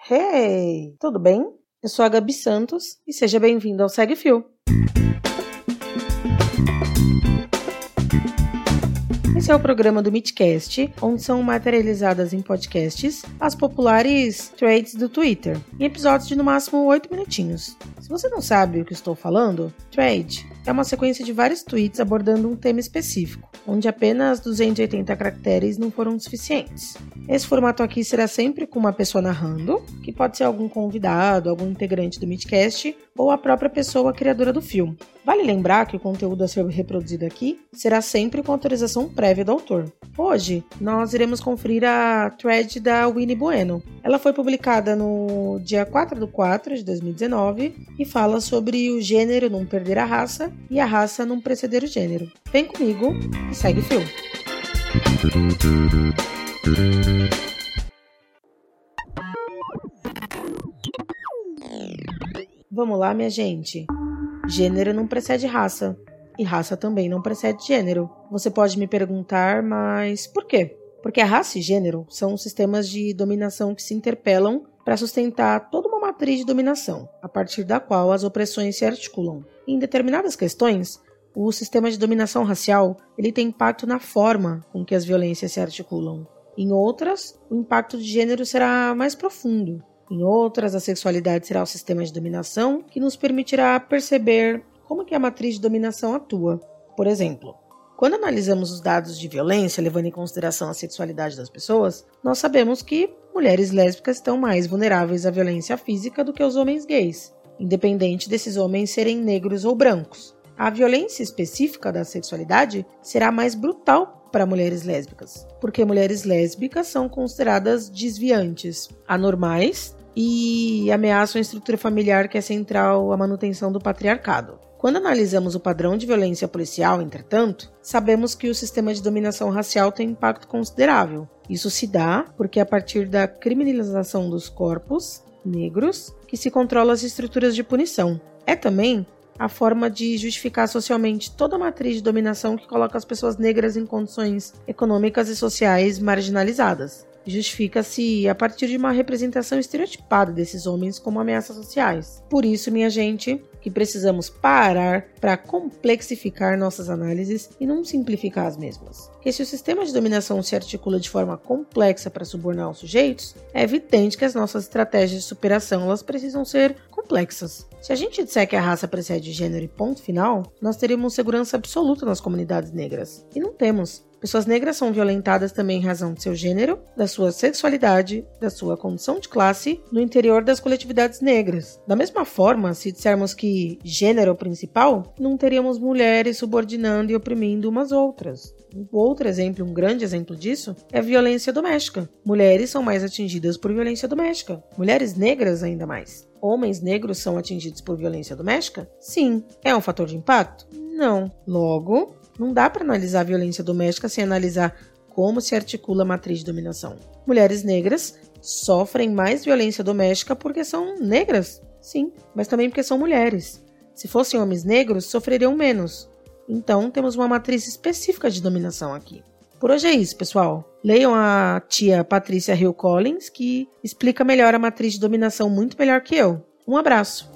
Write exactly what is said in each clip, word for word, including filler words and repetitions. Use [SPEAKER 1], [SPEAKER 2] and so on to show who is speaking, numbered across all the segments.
[SPEAKER 1] Hey, tudo bem? Eu sou a Gabi Santos e seja bem-vindo ao Segue Fio. Esse é o programa do Midcast, onde são materializadas em podcasts as populares threads do Twitter, em episódios de no máximo oito minutinhos. Se você não sabe o que estou falando, thread é uma sequência de vários tweets abordando um tema específico, onde apenas duzentos e oitenta caracteres não foram suficientes. Esse formato aqui será sempre com uma pessoa narrando, que pode ser algum convidado, algum integrante do Midcast ou a própria pessoa criadora do filme. Vale lembrar que o conteúdo a ser reproduzido aqui será sempre com autorização prévia do autor. Hoje, nós iremos conferir a thread da Winnie Bueno. Ela foi publicada no dia quatro de quatro de dois mil e dezenove e fala sobre o gênero não perder a raça e a raça não preceder o gênero. Vem comigo e segue o filme. Vamos lá, minha gente. Gênero não precede raça, e raça também não precede gênero. Você pode me perguntar, mas por quê? Porque a raça e gênero são sistemas de dominação que se interpelam para sustentar toda uma matriz de dominação, a partir da qual as opressões se articulam. Em determinadas questões, o sistema de dominação racial ele tem impacto na forma com que as violências se articulam. Em outras, o impacto de gênero será mais profundo. Em outras, a sexualidade será o sistema de dominação que nos permitirá perceber como que a matriz de dominação atua. Por exemplo, quando analisamos os dados de violência, levando em consideração a sexualidade das pessoas, nós sabemos que mulheres lésbicas estão mais vulneráveis à violência física do que os homens gays, independente desses homens serem negros ou brancos. A violência específica da sexualidade será mais brutal para mulheres lésbicas, porque mulheres lésbicas são consideradas desviantes, anormais e ameaçam a estrutura familiar que é central à manutenção do patriarcado. Quando analisamos o padrão de violência policial, entretanto, sabemos que o sistema de dominação racial tem impacto considerável. Isso se dá porque a partir da criminalização dos corpos negros que se controla as estruturas de punição. É também a forma de justificar socialmente toda a matriz de dominação que coloca as pessoas negras em condições econômicas e sociais marginalizadas. Justifica-se a partir de uma representação estereotipada desses homens como ameaças sociais. Por isso, minha gente, que precisamos parar para complexificar nossas análises e não simplificar as mesmas. Porque se o sistema de dominação se articula de forma complexa para subornar os sujeitos, é evidente que as nossas estratégias de superação elas precisam ser complexas. Se a gente disser que a raça precede gênero e ponto final, nós teríamos segurança absoluta nas comunidades negras. E não temos. Pessoas negras são violentadas também em razão de seu gênero, da sua sexualidade, da sua condição de classe, no interior das coletividades negras. Da mesma forma, se dissermos que gênero é o principal, não teríamos mulheres subordinando e oprimindo umas outras. Um outro exemplo, um grande exemplo disso, é a violência doméstica. Mulheres são mais atingidas por violência doméstica. Mulheres negras ainda mais. Homens negros são atingidos por violência doméstica? Sim. É um fator de impacto? Não. Logo, não dá para analisar a violência doméstica sem analisar como se articula a matriz de dominação. Mulheres negras sofrem mais violência doméstica porque são negras? Sim, mas também porque são mulheres. Se fossem homens negros, sofreriam menos. Então, temos uma matriz específica de dominação aqui. Por hoje é isso, pessoal. Leiam a tia Patrícia Hill Collins, que explica melhor a matriz de dominação muito melhor que eu. Um abraço!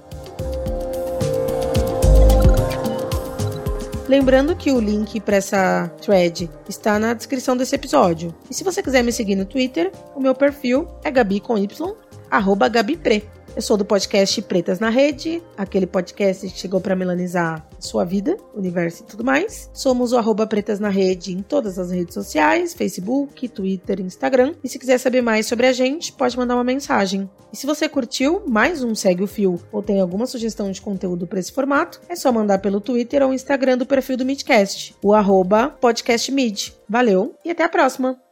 [SPEAKER 1] Lembrando que o link para essa thread está na descrição desse episódio. E se você quiser me seguir no Twitter, o meu perfil é Gabi com Y, arroba GabiPre. Eu sou do podcast Pretas na Rede, aquele podcast que chegou para melanizar sua vida, universo e tudo mais. Somos o arroba Pretas na Rede em todas as redes sociais, Facebook, Twitter, Instagram. E se quiser saber mais sobre a gente, pode mandar uma mensagem. E se você curtiu mais um Segue o Fio ou tem alguma sugestão de conteúdo para esse formato, é só mandar pelo Twitter ou Instagram do perfil do Midcast, o arroba podcastmid. Valeu e até a próxima!